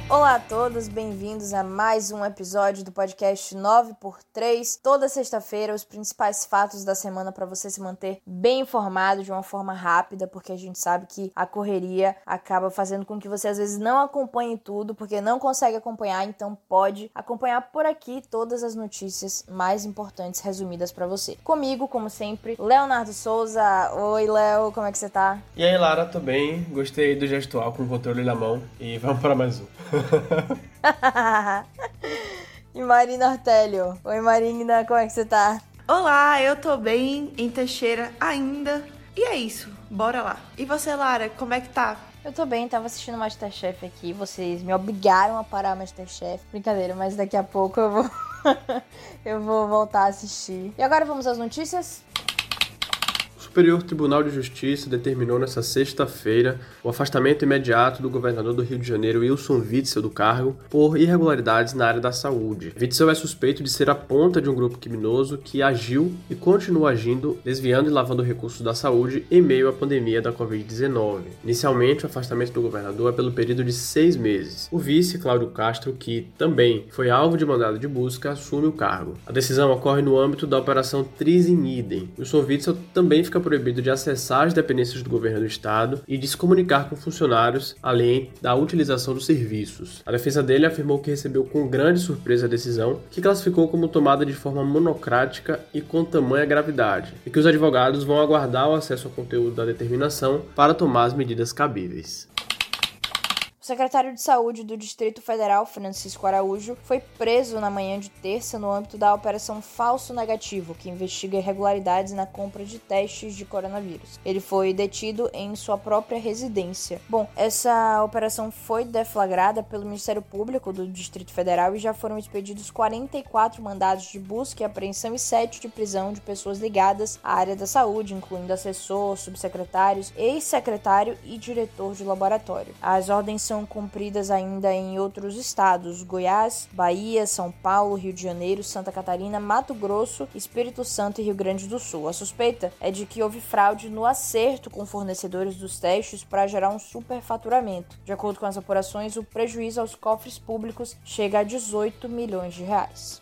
Olá a todos, bem-vindos a mais um episódio do podcast 9x3. Toda sexta-feira, os principais fatos da semana para você se manter bem informado de uma forma rápida, porque a gente sabe que a correria acaba fazendo com que você às vezes não acompanhe tudo, porque não consegue acompanhar, então pode acompanhar por aqui todas as notícias mais importantes resumidas para você. Comigo, como sempre, Leonardo Souza. Oi, Léo, como é que você tá? E aí, Lara, tô bem. Gostei do gestual com o controle na mão e vamos para mais um. E Marina Ortélio. Oi, Marina, como é que você tá? Olá, eu tô bem, em Teixeira ainda. E é isso, bora lá. E você, Lara, como é que tá? Eu tô bem, tava assistindo Masterchef aqui, vocês me obrigaram a parar Masterchef. Brincadeira, mas daqui a pouco eu vou eu vou voltar a assistir. E agora vamos às notícias? O Superior Tribunal de Justiça determinou nesta sexta-feira o afastamento imediato do governador do Rio de Janeiro, Wilson Witzel, do cargo por irregularidades na área da saúde. Witzel é suspeito de ser a ponta de um grupo criminoso que agiu e continua agindo, desviando e lavando recursos da saúde em meio à pandemia da Covid-19. Inicialmente, o afastamento do governador é pelo período de 6 meses. O vice, Cláudio Castro, que também foi alvo de mandado de busca, assume o cargo. A decisão ocorre no âmbito da Operação Tris in Idem. Wilson Witzel também fica proibido de acessar as dependências do governo do estado e de se comunicar com funcionários, além da utilização dos serviços. A defesa dele afirmou que recebeu com grande surpresa a decisão, que classificou como tomada de forma monocrática e com tamanha gravidade, e que os advogados vão aguardar o acesso ao conteúdo da determinação para tomar as medidas cabíveis. O secretário de Saúde do Distrito Federal, Francisco Araújo, foi preso na manhã de terça no âmbito da Operação Falso Negativo, que investiga irregularidades na compra de testes de coronavírus. Ele foi detido em sua própria residência. Bom, essa operação foi deflagrada pelo Ministério Público do Distrito Federal e já foram expedidos 44 mandados de busca e apreensão e 7 de prisão de pessoas ligadas à área da saúde, incluindo assessor, subsecretários, ex-secretário e diretor de laboratório. As ordens são cumpridas ainda em outros estados: Goiás, Bahia, São Paulo, Rio de Janeiro, Santa Catarina, Mato Grosso, Espírito Santo e Rio Grande do Sul. A suspeita é de que houve fraude no acerto com fornecedores dos testes para gerar um superfaturamento. De acordo com as apurações, o prejuízo aos cofres públicos chega a 18 milhões de reais.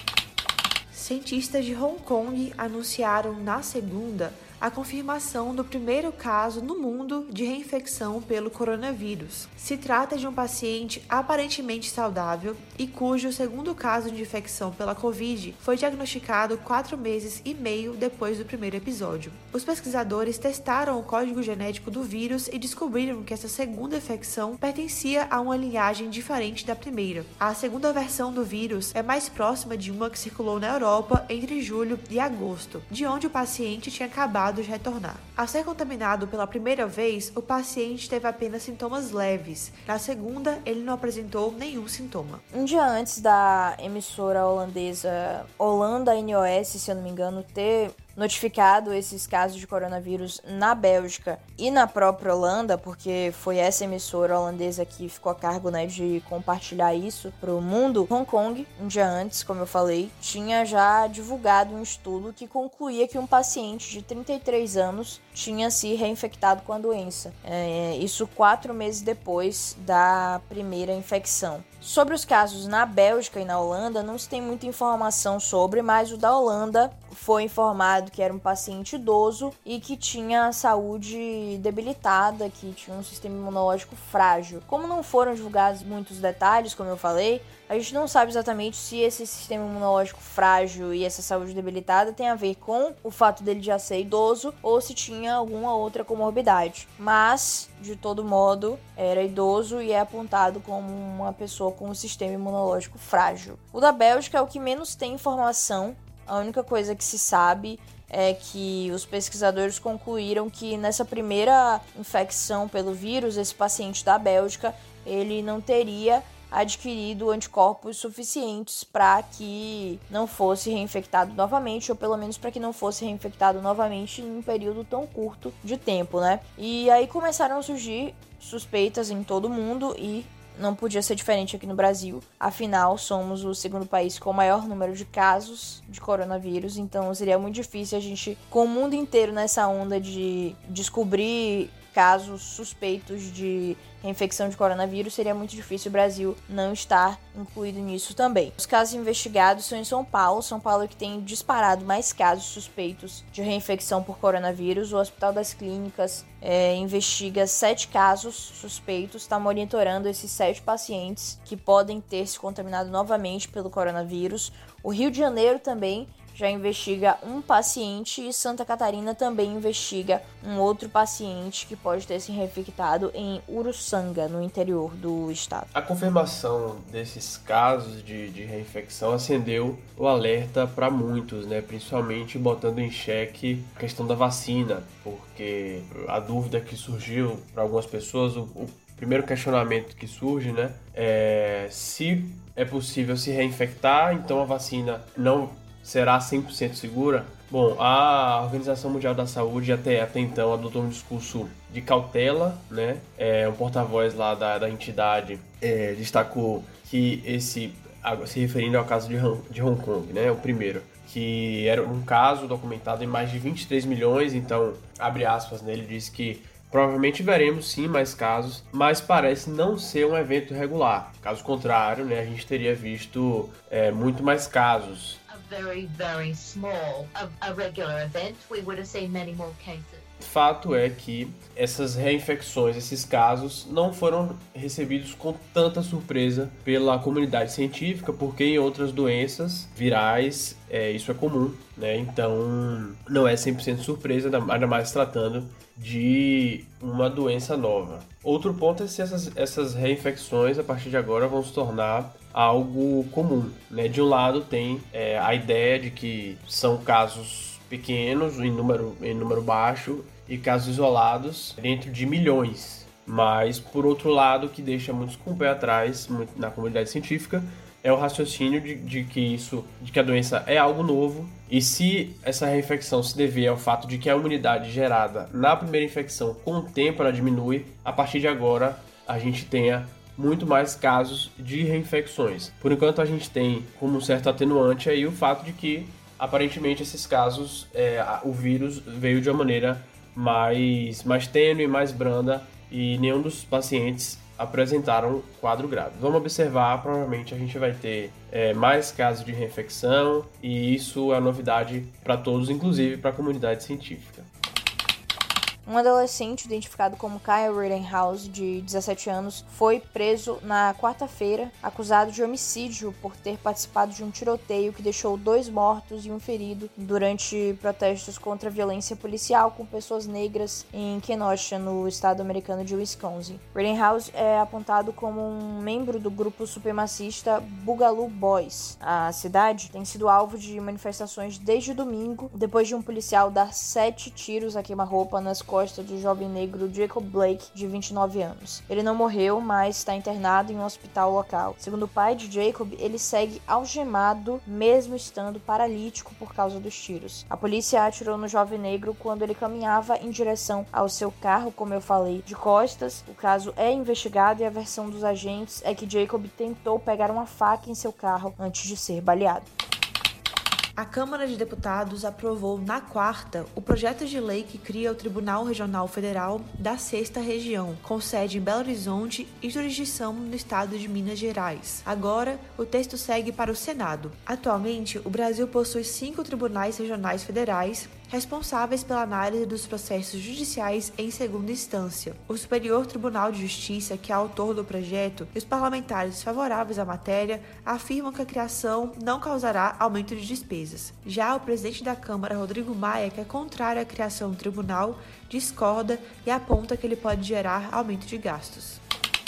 Cientistas de Hong Kong anunciaram na segunda a confirmação do primeiro caso no mundo de reinfecção pelo coronavírus. Se trata de um paciente aparentemente saudável e cujo segundo caso de infecção pela Covid foi diagnosticado 4 meses e meio depois do primeiro episódio. Os pesquisadores testaram o código genético do vírus e descobriram que essa segunda infecção pertencia a uma linhagem diferente da primeira. A segunda versão do vírus é mais próxima de uma que circulou na Europa entre julho e agosto, de onde o paciente tinha acabado de retornar. Ao ser contaminado pela primeira vez, o paciente teve apenas sintomas leves. Na segunda, ele não apresentou nenhum sintoma. Um dia antes da emissora holandesa Holanda NOS, se eu não me engano, ter notificado esses casos de coronavírus na Bélgica e na própria Holanda, porque foi essa emissora holandesa que ficou a cargo, né, de compartilhar isso para o mundo, Hong Kong, um dia antes, como eu falei, tinha já divulgado um estudo que concluía que um paciente de 33 anos tinha se reinfectado com a doença. Isso 4 meses depois da primeira infecção. Sobre os casos na Bélgica e na Holanda, não se tem muita informação sobre, mas o da Holanda foi informado que era um paciente idoso e que tinha a saúde debilitada, que tinha um sistema imunológico frágil. Como não foram divulgados muitos detalhes, como eu falei, a gente não sabe exatamente se esse sistema imunológico frágil e essa saúde debilitada tem a ver com o fato dele já ser idoso ou se tinha alguma outra comorbidade. Mas, de todo modo, era idoso e é apontado como uma pessoa com um sistema imunológico frágil. O da Bélgica é o que menos tem informação. A única coisa que se sabe é que os pesquisadores concluíram que nessa primeira infecção pelo vírus, esse paciente da Bélgica, ele não teria adquirido anticorpos suficientes para que não fosse reinfectado novamente, ou pelo menos para que não fosse reinfectado novamente em um período tão curto de tempo, né? E aí começaram a surgir suspeitas em todo o mundo e não podia ser diferente aqui no Brasil. Afinal, somos o segundo país com o maior número de casos de coronavírus, então seria muito difícil a gente, com o mundo inteiro nessa onda de descobrir casos suspeitos de reinfecção de coronavírus, seria muito difícil o Brasil não estar incluído nisso também. Os casos investigados são em São Paulo. São Paulo é que tem disparado mais casos suspeitos de reinfecção por coronavírus. O Hospital das Clínicas investiga 7 casos suspeitos, está monitorando esses 7 pacientes que podem ter se contaminado novamente pelo coronavírus. O Rio de Janeiro também já investiga um paciente e Santa Catarina também investiga um outro paciente que pode ter se reinfectado em Uruçanga, no interior do estado. A confirmação desses casos de reinfecção acendeu o alerta para muitos, né? Principalmente botando em xeque a questão da vacina, porque a dúvida que surgiu para algumas pessoas, o primeiro questionamento que surge, né, é se é possível se reinfectar, então a vacina não será 100% segura? Bom, a Organização Mundial da Saúde até então adotou um discurso de cautela, né? Um porta-voz lá da entidade destacou que se referindo ao caso de Hong Kong, né? O primeiro, que era um caso documentado em mais de 23 milhões, então, abre aspas, né? Ele disse que provavelmente veremos sim mais casos, mas parece não ser um evento regular. Caso contrário, né, a gente teria visto muito mais casos. Very, very small, a regular event, we would have seen many more cases. Fato é que essas reinfecções, esses casos, não foram recebidos com tanta surpresa pela comunidade científica, porque em outras doenças virais isso é comum, né? Então não é 100% surpresa, ainda mais tratando de uma doença nova. Outro ponto é se essas reinfecções, a partir de agora, vão se tornar algo comum, né? De um lado tem a ideia de que são casos pequenos, em número baixo, e casos isolados dentro de milhões. Mas, por outro lado, o que deixa muitos com o pé atrás na comunidade científica é o raciocínio de que a doença é algo novo, e se essa reinfecção se dever ao fato de que a imunidade gerada na primeira infecção, com o tempo ela diminui, a partir de agora a gente tenha muito mais casos de reinfecções. Por enquanto a gente tem como um certo atenuante aí o fato de que aparentemente esses casos, o vírus veio de uma maneira mais tênue, mais branda, e nenhum dos pacientes apresentaram quadro grave. Vamos observar, provavelmente a gente vai ter mais casos de reinfecção, e isso é novidade para todos, inclusive para a comunidade científica. Um adolescente identificado como Kyle Rittenhouse, de 17 anos, foi preso na quarta-feira, acusado de homicídio por ter participado de um tiroteio que deixou 2 mortos e 1 ferido durante protestos contra a violência policial com pessoas negras em Kenosha, no estado americano de Wisconsin. Rittenhouse é apontado como um membro do grupo supremacista Boogaloo Boys. A cidade tem sido alvo de manifestações desde domingo, depois de um policial dar 7 tiros a queima-roupa nas costas do jovem negro Jacob Blake, de 29 anos. Ele não morreu, mas está internado em um hospital local. Segundo o pai de Jacob, ele segue algemado, mesmo estando paralítico por causa dos tiros. A polícia atirou no jovem negro quando ele caminhava em direção ao seu carro, como eu falei, de costas. O caso é investigado e a versão dos agentes é que Jacob tentou pegar uma faca em seu carro antes de ser baleado. A Câmara de Deputados aprovou na quarta o projeto de lei que cria o Tribunal Regional Federal da 6ª Região, com sede em Belo Horizonte e jurisdição no estado de Minas Gerais. Agora, o texto segue para o Senado. Atualmente, o Brasil possui 5 tribunais regionais federais responsáveis pela análise dos processos judiciais em segunda instância. O Superior Tribunal de Justiça, que é autor do projeto, e os parlamentares favoráveis à matéria afirmam que a criação não causará aumento de despesas. Já o presidente da Câmara, Rodrigo Maia, que é contrário à criação do tribunal, discorda e aponta que ele pode gerar aumento de gastos.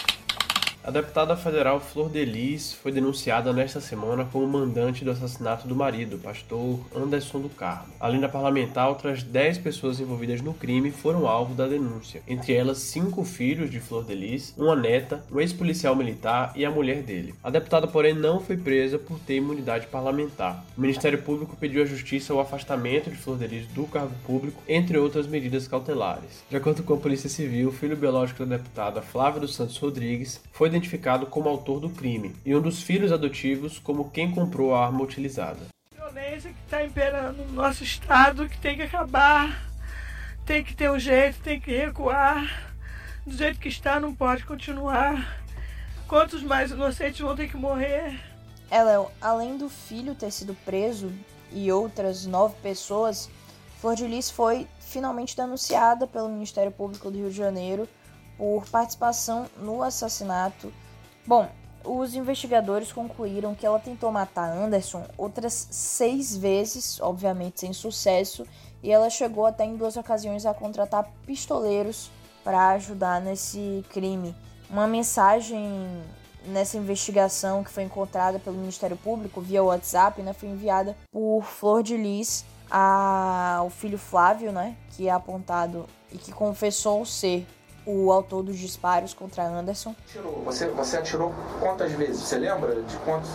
A deputada federal Flor de Lis foi denunciada nesta semana como mandante do assassinato do marido, pastor Anderson do Carmo. Além da parlamentar, outras 10 pessoas envolvidas no crime foram alvo da denúncia. Entre elas, 5 filhos de Flor de Lis, uma neta, um ex-policial militar e a mulher dele. A deputada, porém, não foi presa por ter imunidade parlamentar. O Ministério Público pediu à Justiça o afastamento de Flor de Lis do cargo público, entre outras medidas cautelares. De acordo com a Polícia Civil, o filho biológico da deputada, Flávio dos Santos Rodrigues, foi identificado como autor do crime, e um dos filhos adotivos como quem comprou a arma utilizada. A violência que está imperando no nosso estado, que tem que acabar. Tem que ter um jeito, tem que recuar. Do jeito que está, não pode continuar. Quantos mais inocentes vão ter que morrer? Léo, além do filho ter sido preso e outras 9 pessoas, Flor de Lis foi finalmente denunciada pelo Ministério Público do Rio de Janeiro por participação no assassinato. Bom, os investigadores concluíram que ela tentou matar Anderson outras 6 vezes, obviamente sem sucesso, e ela chegou até em 2 ocasiões a contratar pistoleiros para ajudar nesse crime. Uma mensagem nessa investigação que foi encontrada pelo Ministério Público via WhatsApp, né, foi enviada por Flor de Lis ao filho Flávio, né, que é apontado e que confessou ser o autor dos disparos contra Anderson. Você atirou quantas vezes? Você lembra de quantos?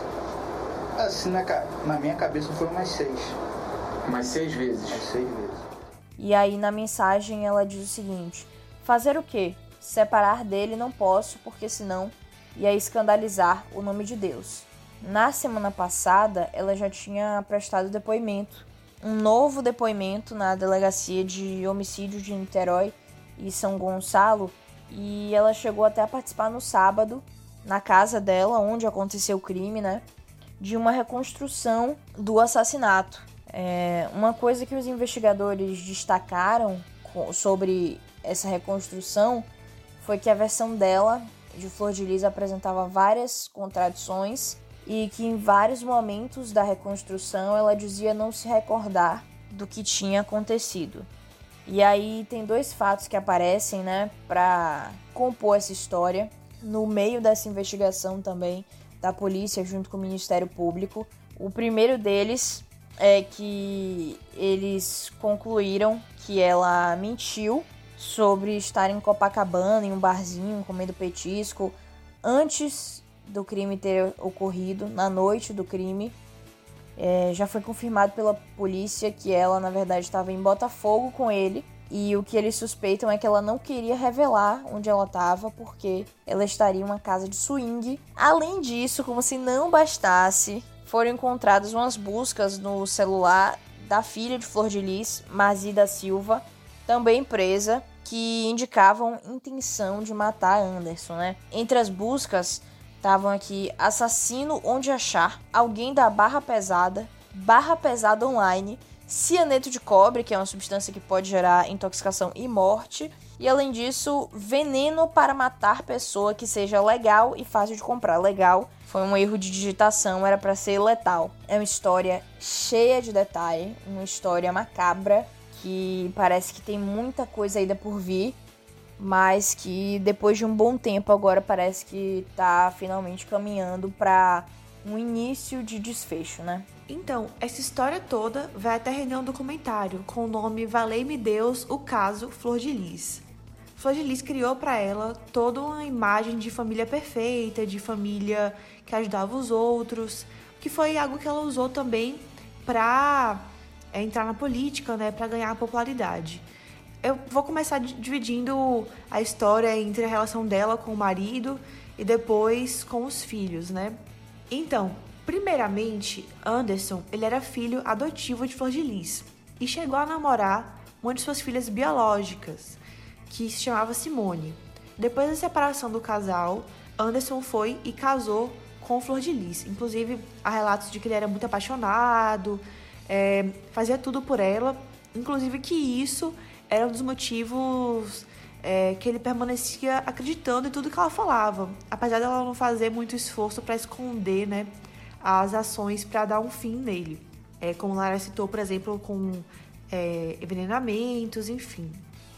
Assim, na minha cabeça foi umas 6. Mais 6 vezes? Mais 6 vezes. E aí na mensagem ela diz o seguinte: fazer o quê? Separar dele não posso, porque senão ia escandalizar o nome de Deus. Na semana passada, ela já tinha prestado depoimento, um novo depoimento na Delegacia de Homicídio de Niterói e São Gonçalo, e ela chegou até a participar no sábado, na casa dela, onde aconteceu o crime, né, de uma reconstrução do assassinato. Uma coisa que os investigadores destacaram sobre essa reconstrução foi que a versão dela, de Flor de Lis, apresentava várias contradições e que em vários momentos da reconstrução ela dizia não se recordar do que tinha acontecido. E aí tem 2 fatos que aparecem, né, para compor essa história. No meio dessa investigação também da polícia junto com o Ministério Público. O primeiro deles é que eles concluíram que ela mentiu sobre estar em Copacabana, em um barzinho, comendo petisco, antes do crime ter ocorrido, na noite do crime. Já foi confirmado pela polícia que ela, na verdade, estava em Botafogo com ele, e o que eles suspeitam é que ela não queria revelar onde ela estava, porque ela estaria em uma casa de swing. Além disso, como se não bastasse, foram encontradas umas buscas no celular da filha de Flor de Lis, Marzi da Silva, também presa, que indicavam intenção de matar Anderson, né? Entre as buscas estavam aqui: assassino onde achar, alguém da Barra Pesada online, cianeto de cobre, que é uma substância que pode gerar intoxicação e morte, e além disso, veneno para matar pessoa que seja legal e fácil de comprar. Legal foi um erro de digitação, era para ser letal. É uma história cheia de detalhe, uma história macabra, que parece que tem muita coisa ainda por vir, mas que depois de um bom tempo agora parece que tá finalmente caminhando para um início de desfecho, né? Então, essa história toda vai até render um documentário com o nome Valei-me Deus, o caso Flor de Lis. Flor de Lis criou para ela toda uma imagem de família perfeita, de família que ajudava os outros, que foi algo que ela usou também para entrar na política, né, para ganhar popularidade. Eu vou começar dividindo a história entre a relação dela com o marido e depois com os filhos, né? Então, primeiramente, Anderson, ele era filho adotivo de Flor de Lis e chegou a namorar uma de suas filhas biológicas, que se chamava Simone. Depois da separação do casal, Anderson foi e casou com Flor de Lis. Inclusive, há relatos de que ele era muito apaixonado, fazia tudo por ela, inclusive que isso era um dos motivos que ele permanecia acreditando em tudo que ela falava, apesar dela não fazer muito esforço para esconder, né, as ações para dar um fim nele. Como Lara citou, por exemplo, com envenenamentos, enfim.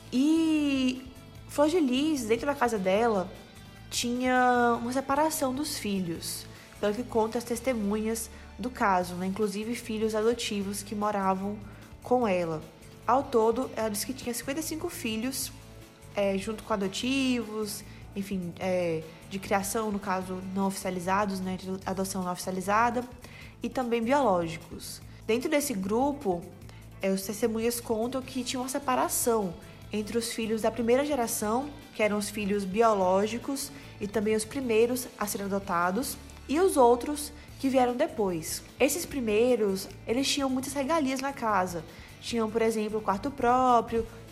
E Flor de Lis, dentro da casa dela, tinha uma separação dos filhos, pelo que conta as testemunhas do caso, né? Inclusive filhos adotivos que moravam com ela. Ao todo, ela disse que tinha 55 filhos, junto com adotivos, enfim, de criação, no caso, não oficializados, né, de adoção não oficializada, e também biológicos. Dentro desse grupo, os testemunhas contam que tinha uma separação entre os filhos da primeira geração, que eram os filhos biológicos e também os primeiros a serem adotados, e os outros que vieram depois. Esses primeiros, eles tinham muitas regalias na casa. Tinham, por exemplo, o quarto próprio,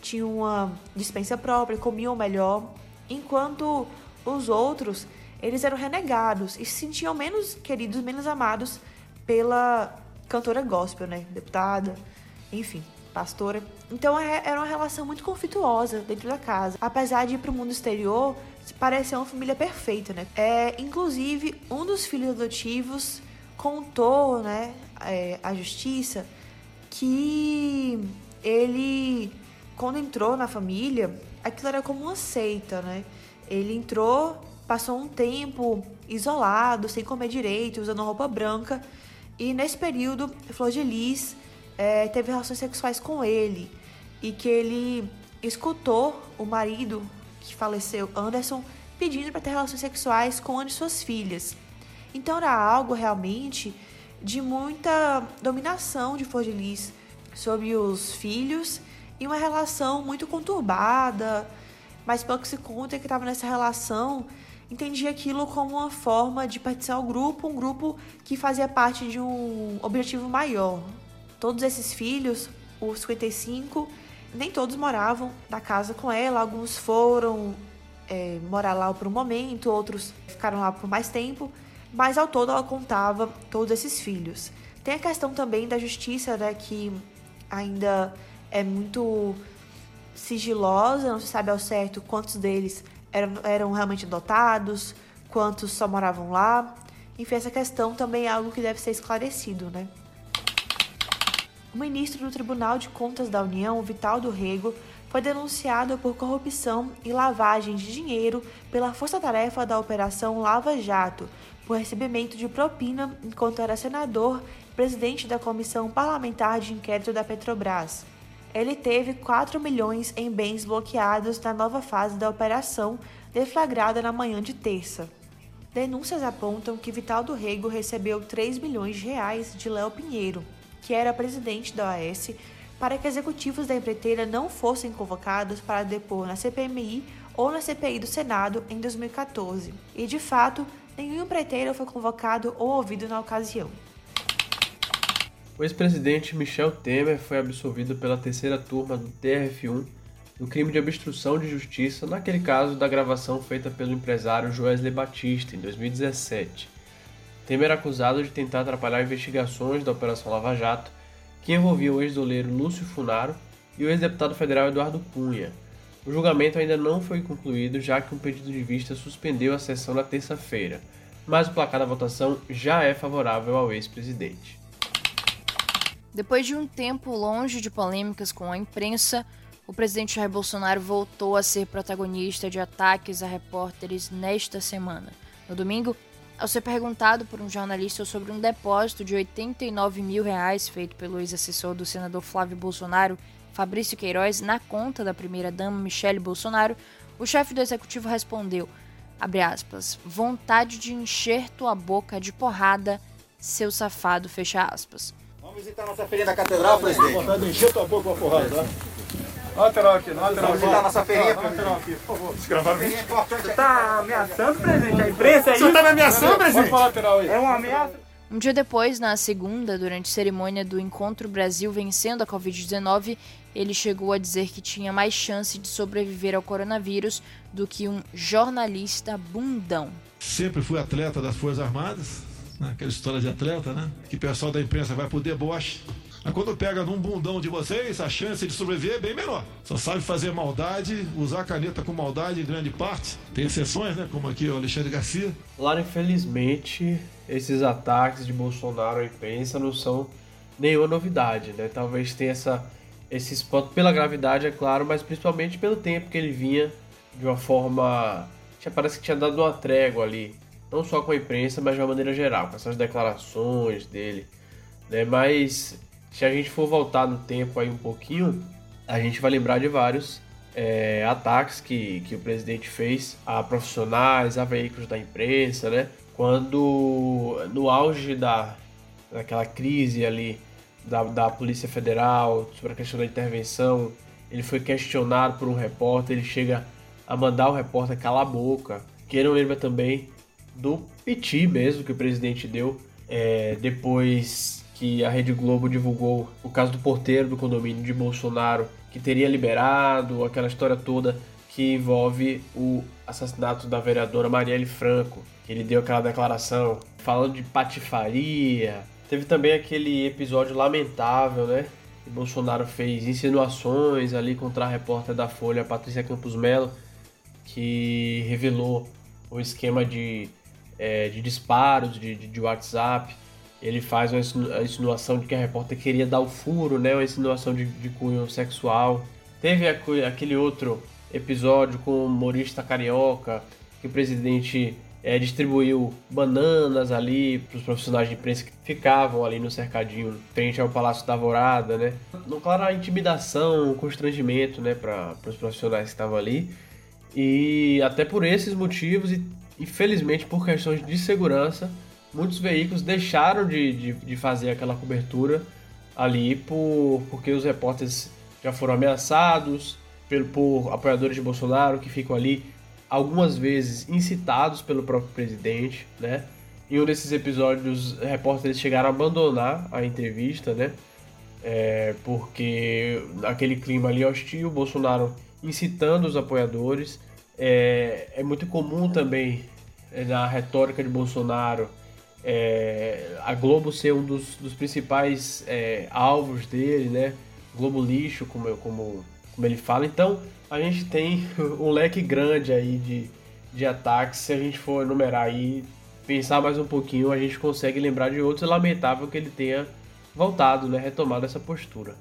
tinham uma despensa própria, comiam melhor, enquanto os outros, eles eram renegados e se sentiam menos queridos, menos amados pela cantora gospel, né? Deputada, enfim, pastora. Então era uma relação muito conflituosa dentro da casa. Apesar de ir para o mundo exterior, parecia uma família perfeita, né? Inclusive, um dos filhos adotivos contou, né, à justiça que ele, quando entrou na família, aquilo era como uma seita, né? Ele entrou, passou um tempo isolado, sem comer direito, usando roupa branca, e nesse período, Flor de Lis teve relações sexuais com ele, e que ele escutou o marido que faleceu, Anderson, pedindo para ter relações sexuais com uma de suas filhas. Então era algo realmente de muita dominação de Flor de Lis sobre os filhos e uma relação muito conturbada, mas pelo que se conta é que estava nessa relação, entendia aquilo como uma forma de pertencer ao grupo, um grupo que fazia parte de um objetivo maior. Todos esses filhos, os 55, nem todos moravam na casa com ela, alguns foram morar lá por um momento, outros ficaram lá por mais tempo, mas ao todo ela contava todos esses filhos. Tem a questão também da justiça, né, que ainda é muito sigilosa, não se sabe ao certo quantos deles eram realmente adotados, quantos só moravam lá. Enfim, essa questão também é algo que deve ser esclarecido, né? O ministro do Tribunal de Contas da União, Vital do Rego, foi denunciado por corrupção e lavagem de dinheiro pela força-tarefa da Operação Lava Jato, por recebimento de propina enquanto era senador e presidente da Comissão Parlamentar de Inquérito da Petrobras. Ele teve 4 milhões em bens bloqueados na nova fase da operação, deflagrada na manhã de terça. Denúncias apontam que Vital do Rego recebeu 3 milhões de reais de Léo Pinheiro, que era presidente da OAS, para que executivos da empreiteira não fossem convocados para depor na CPMI ou na CPI do Senado em 2014. E, de fato, nenhum empreiteiro foi convocado ou ouvido na ocasião. O ex-presidente Michel Temer foi absolvido pela terceira turma do TRF1 no crime de obstrução de justiça, naquele caso da gravação feita pelo empresário Joesley Batista, em 2017. Temer era acusado de tentar atrapalhar investigações da Operação Lava Jato, que envolvia o ex-doleiro Lúcio Funaro e o ex-deputado federal Eduardo Cunha. O julgamento ainda não foi concluído, já que um pedido de vista suspendeu a sessão na terça-feira, mas o placar da votação já é favorável ao ex-presidente. Depois de um tempo longe de polêmicas com a imprensa, o presidente Jair Bolsonaro voltou a ser protagonista de ataques a repórteres nesta semana. No domingo, ao ser perguntado por um jornalista sobre um depósito de R$89 mil feito pelo ex-assessor do senador Flávio Bolsonaro, Fabrício Queiroz, na conta da primeira-dama Michele Bolsonaro, o chefe do executivo respondeu, abre aspas, vontade de encher tua boca de porrada, seu safado, fecha aspas. Vamos visitar a nossa feirinha da catedral, presidente. Vontade de encher tua boca com a porrada, tá? Lateral aqui, lateral. Vamos visitar a nossa feirinha, lateral aqui, por favor. Vocês gravaram vídeo? Você tá ameaçando, presidente? A imprensa é isso? Você tá me ameaçando, presidente? Vamos pra lateral aí. É uma ameaça. Um dia depois, na segunda, durante a cerimônia do Encontro Brasil Vencendo a Covid-19, ele chegou a dizer que tinha mais chance de sobreviver ao coronavírus do que um jornalista bundão. Sempre fui atleta das Forças Armadas, né? Aquela história de atleta, né? Que o pessoal da imprensa vai pro deboche. Mas quando pega num bundão de vocês, a chance de sobreviver é bem menor. Só sabe fazer maldade, usar a caneta com maldade em grande parte. Tem exceções, né? Como aqui o Alexandre Garcia. Claro, infelizmente, esses ataques de Bolsonaro à imprensa não são nenhuma novidade, né? Talvez tenha esse spot pela gravidade, é claro, mas principalmente pelo tempo que ele vinha de uma forma... Parece que tinha dado uma trégua ali. Não só com a imprensa, mas de uma maneira geral, com essas declarações dele, né? Mas... se a gente for voltar no tempo aí um pouquinho, a gente vai lembrar de vários ataques que o presidente fez a profissionais, a veículos da imprensa, né? Quando, no auge daquela crise ali da Polícia Federal, sobre a questão da intervenção, ele foi questionado por um repórter, ele chega a mandar o repórter calar a boca. Quem não lembra também do piti mesmo que o presidente deu depois... que a Rede Globo divulgou o caso do porteiro do condomínio de Bolsonaro, que teria liberado, aquela história toda que envolve o assassinato da vereadora Marielle Franco, que ele deu aquela declaração falando de patifaria. Teve também aquele episódio lamentável, né? Que Bolsonaro fez insinuações ali contra a repórter da Folha, Patrícia Campos Mello, que revelou o esquema de disparos de WhatsApp. Ele faz uma insinuação de que a repórter queria dar o furo, né? Uma insinuação de cunho sexual. Teve aquele outro episódio com o humorista carioca, que o presidente distribuiu bananas ali para os profissionais de imprensa que ficavam ali no cercadinho frente ao Palácio da Alvorada, né? Claro, a intimidação, o constrangimento, né, para os profissionais que estavam ali. E até por esses motivos, e infelizmente por questões de segurança, muitos veículos deixaram de fazer aquela cobertura ali porque os repórteres já foram ameaçados por apoiadores de Bolsonaro que ficam ali algumas vezes incitados pelo próprio presidente, né? Em um desses episódios, os repórteres chegaram a abandonar a entrevista, né? Porque aquele clima ali hostil, Bolsonaro incitando os apoiadores. É muito comum também na retórica de Bolsonaro a Globo ser um dos principais alvos dele, né? Globo lixo, como ele fala. Então a gente tem um leque grande aí de ataques. Se a gente for enumerar aí, pensar mais um pouquinho, a gente consegue lembrar de outros. É lamentável que ele tenha voltado, né? Retomado essa postura.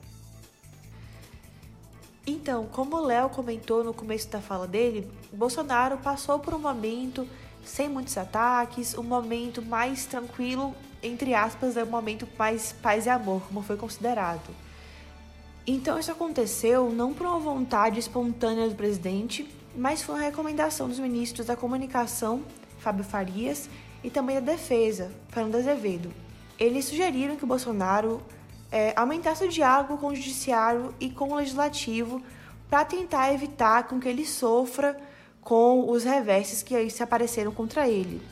Então, como o Léo comentou no começo da fala dele, Bolsonaro passou por um momento sem muitos ataques, um momento mais tranquilo, entre aspas, um momento mais paz e amor, como foi considerado. Então isso aconteceu não por uma vontade espontânea do presidente, mas foi uma recomendação dos ministros da Comunicação, Fábio Farias, e também da Defesa, Fernando Azevedo. Eles sugeriram que o Bolsonaro aumentasse o diálogo com o judiciário e com o legislativo para tentar evitar com que ele sofra com os reverses que aí se apareceram contra ele.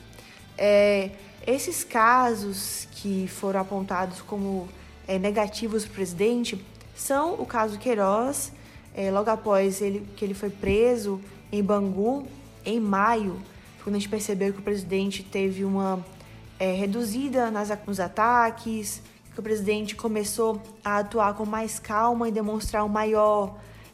Esses casos que foram apontados como negativos para o presidente são o caso Queiroz, logo após que ele foi preso em Bangu, em maio, quando a gente percebeu que o presidente teve uma reduzida nos ataques, que o presidente começou a atuar com mais calma e demonstrar um maior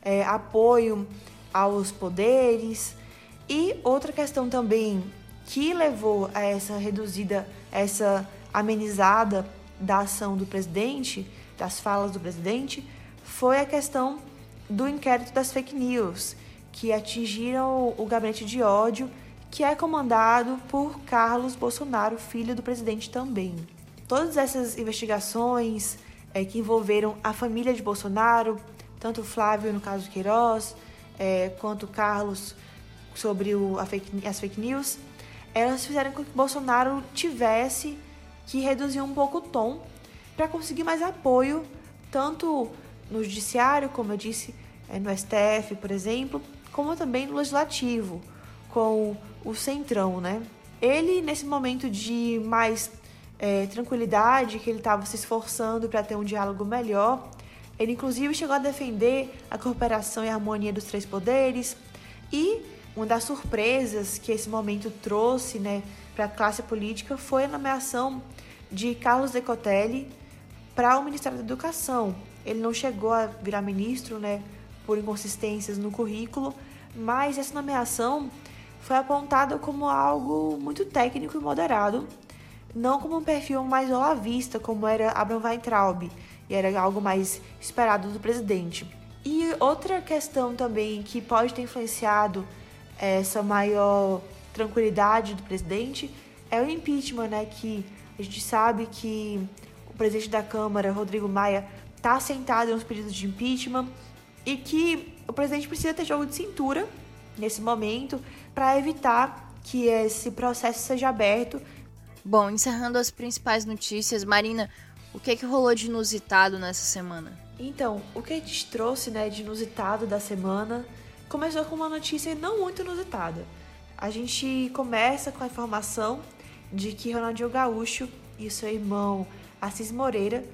apoio aos poderes. E outra questão também que levou a essa reduzida, essa amenizada da ação do presidente, das falas do presidente, foi a questão do inquérito das fake news, que atingiram o gabinete de ódio, que é comandado por Carlos Bolsonaro, filho do presidente também. Todas essas investigações que envolveram a família de Bolsonaro, tanto o Flávio, no caso do Queiroz, quanto o Carlos, sobre as fake news, elas fizeram com que Bolsonaro tivesse que reduzir um pouco o tom para conseguir mais apoio, tanto no judiciário, como eu disse, no STF, por exemplo, como também no legislativo, com o Centrão, né? Ele, nesse momento de mais tranquilidade, que ele estava se esforçando para ter um diálogo melhor, ele inclusive chegou a defender a cooperação e a harmonia dos três poderes. E uma das surpresas que esse momento trouxe, né, para a classe política foi a nomeação de Carlos Decotelli para o Ministério da Educação. Ele não chegou a virar ministro, né, por inconsistências no currículo, mas essa nomeação foi apontada como algo muito técnico e moderado, não como um perfil mais olavista, como era Abraham Weintraub, e era algo mais esperado do presidente. E outra questão também que pode ter influenciado essa maior tranquilidade do presidente é o impeachment, né, que a gente sabe que o presidente da Câmara, Rodrigo Maia, está sentado nos pedidos de impeachment e que o presidente precisa ter jogo de cintura nesse momento para evitar que esse processo seja aberto. Bom, encerrando as principais notícias, Marina, o que rolou de inusitado nessa semana? Então, o que a gente trouxe, né, de inusitado da semana começou com uma notícia não muito inusitada. A gente começa com a informação de que Ronaldinho Gaúcho e seu irmão Assis Moreira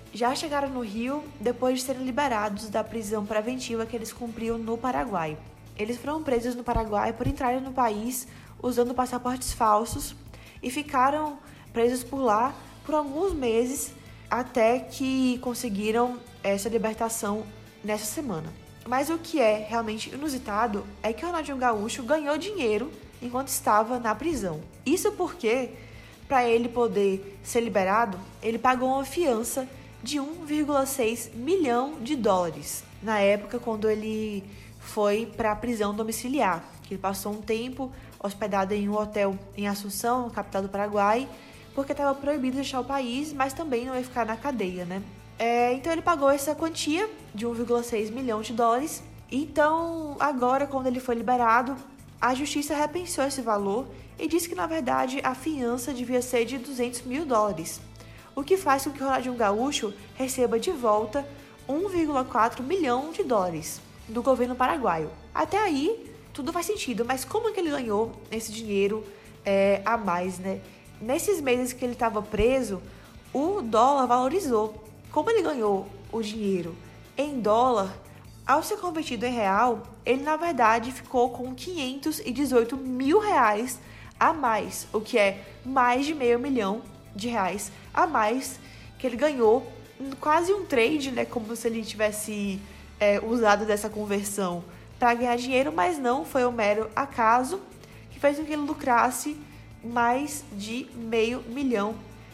já chegaram no Rio depois de serem liberados da prisão preventiva que eles cumpriam no Paraguai. Eles foram presos no Paraguai por entrarem no país usando passaportes falsos e ficaram presos por lá por alguns meses até que conseguiram essa libertação nessa semana. Mas o que é realmente inusitado é que o Ronaldinho Gaúcho ganhou dinheiro enquanto estava na prisão. Isso porque, para ele poder ser liberado, ele pagou uma fiança de 1,6 milhão de dólares. Na época, quando ele foi para a prisão domiciliar, que ele passou um tempo hospedado em um hotel em Assunção, capital do Paraguai, porque estava proibido de deixar o país, mas também não ia ficar na cadeia, né? Então ele pagou essa quantia de 1,6 milhão de dólares. Então, agora, quando ele foi liberado, a justiça repensou esse valor e disse que, na verdade, a fiança devia ser de 200 mil dólares, o que faz com que o Ronaldinho Gaúcho receba de volta 1,4 milhão de dólares do governo paraguaio. Até aí, tudo faz sentido, mas como é que ele ganhou esse dinheiro a mais, né? Nesses meses que ele estava preso, o dólar valorizou. Como ele ganhou o dinheiro em dólar, ao ser convertido em real, ele na verdade ficou com 518 mil reais a mais, o que é mais de R$500 mil a mais que ele ganhou, quase um trade, né, como se ele tivesse usado dessa conversão para ganhar dinheiro, mas não, foi um mero acaso que fez com que ele lucrasse mais de R$500 mil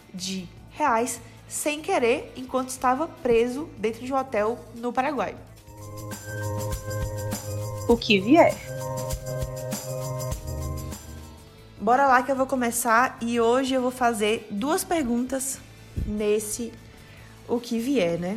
sem querer, enquanto estava preso dentro de um hotel no Paraguai. O que vier. Bora lá que eu vou começar e hoje eu vou fazer 2 perguntas nesse o que vier, né?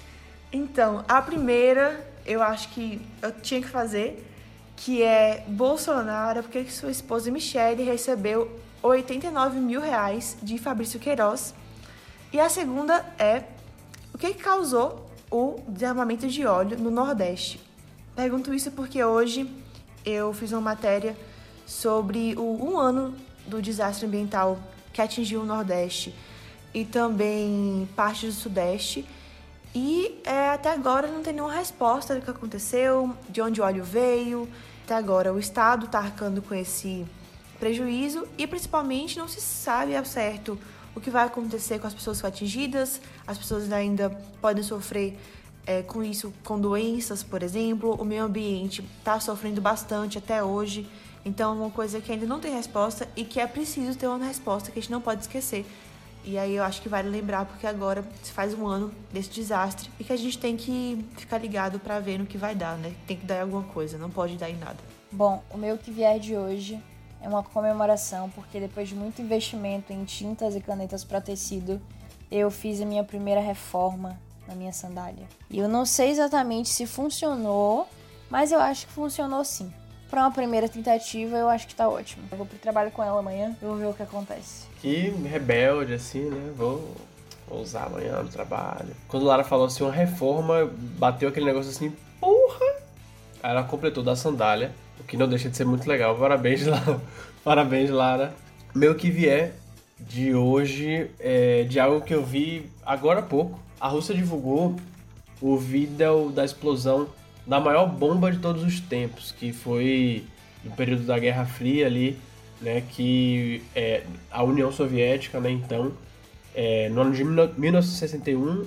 Então, a primeira eu acho que eu tinha que fazer, que é Bolsonaro, porque sua esposa Michele recebeu R$89 mil de Fabrício Queiroz. E a segunda é, o que causou o derramamento de óleo no Nordeste? Pergunto isso porque hoje eu fiz uma matéria sobre o 1 ano do desastre ambiental que atingiu o Nordeste e também parte do Sudeste. E até agora não tem nenhuma resposta do que aconteceu, de onde o óleo veio. Até agora o Estado está arcando com esse prejuízo e principalmente não se sabe ao certo o que vai acontecer com as pessoas atingidas. As pessoas ainda podem sofrer com isso, com doenças, por exemplo. O meio ambiente está sofrendo bastante até hoje. Então, é uma coisa que ainda não tem resposta e que é preciso ter uma resposta que a gente não pode esquecer. E aí eu acho que vale lembrar, porque agora se faz 1 ano desse desastre e que a gente tem que ficar ligado para ver no que vai dar, né? Tem que dar em alguma coisa, não pode dar em nada. Bom, o meu que vier de hoje é uma comemoração, porque depois de muito investimento em tintas e canetas para tecido, eu fiz a minha primeira reforma na minha sandália. E eu não sei exatamente se funcionou, mas eu acho que funcionou sim. Para uma primeira tentativa, eu acho que tá ótimo. Eu vou pro trabalho com ela amanhã e vou ver o que acontece. Que rebelde, assim, né? Vou usar amanhã no trabalho. Quando Lara falou assim, uma reforma, bateu aquele negócio assim, porra! Aí ela completou da sandália, o que não deixa de ser muito legal. Parabéns, Lara. Parabéns, Lara. Meu que vier de hoje é de algo que eu vi agora há pouco. A Rússia divulgou o vídeo da explosão da maior bomba de todos os tempos, que foi no período da Guerra Fria ali, né, que a União Soviética, né, então, no ano de 1961,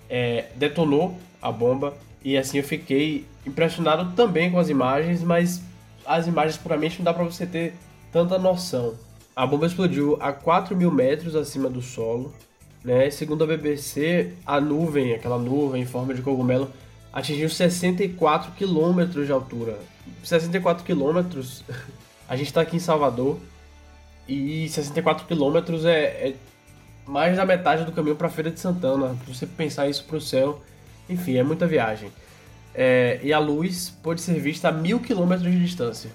detonou a bomba, e assim eu fiquei impressionado também com as imagens, mas as imagens puramente não dá para você ter tanta noção. A bomba explodiu a 4.000 metros acima do solo, né, segundo a BBC, a nuvem, aquela nuvem em forma de cogumelo, atingiu 64 quilômetros de altura. 64 quilômetros, a gente está aqui em Salvador, e 64 quilômetros é mais da metade do caminho para a Feira de Santana. Se você pensar isso para o céu, enfim, é muita viagem. E a luz pode ser vista a 1.000 quilômetros de distância.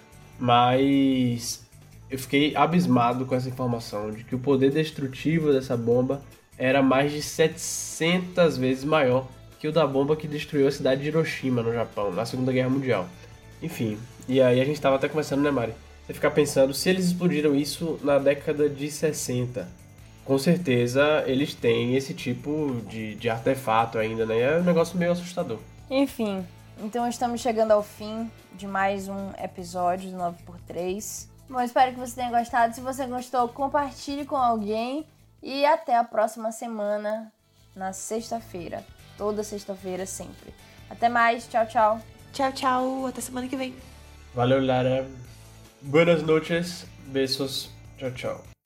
Mas eu fiquei abismado com essa informação de que o poder destrutivo dessa bomba era mais de 700 vezes maior que o da bomba que destruiu a cidade de Hiroshima, no Japão, na Segunda Guerra Mundial. Enfim, e aí a gente estava até conversando, né, Mari? Você ficar pensando, se eles explodiram isso na década de 60, com certeza eles têm esse tipo de artefato ainda, né? É um negócio meio assustador. Enfim, então estamos chegando ao fim de mais um episódio do 9x3. Bom, espero que você tenha gostado. Se você gostou, compartilhe com alguém. E até a próxima semana, na sexta-feira. Toda sexta-feira, sempre. Até mais. Tchau, tchau. Tchau, tchau. Até semana que vem. Valeu, Lara. Buenas noches. Besos. Tchau, tchau.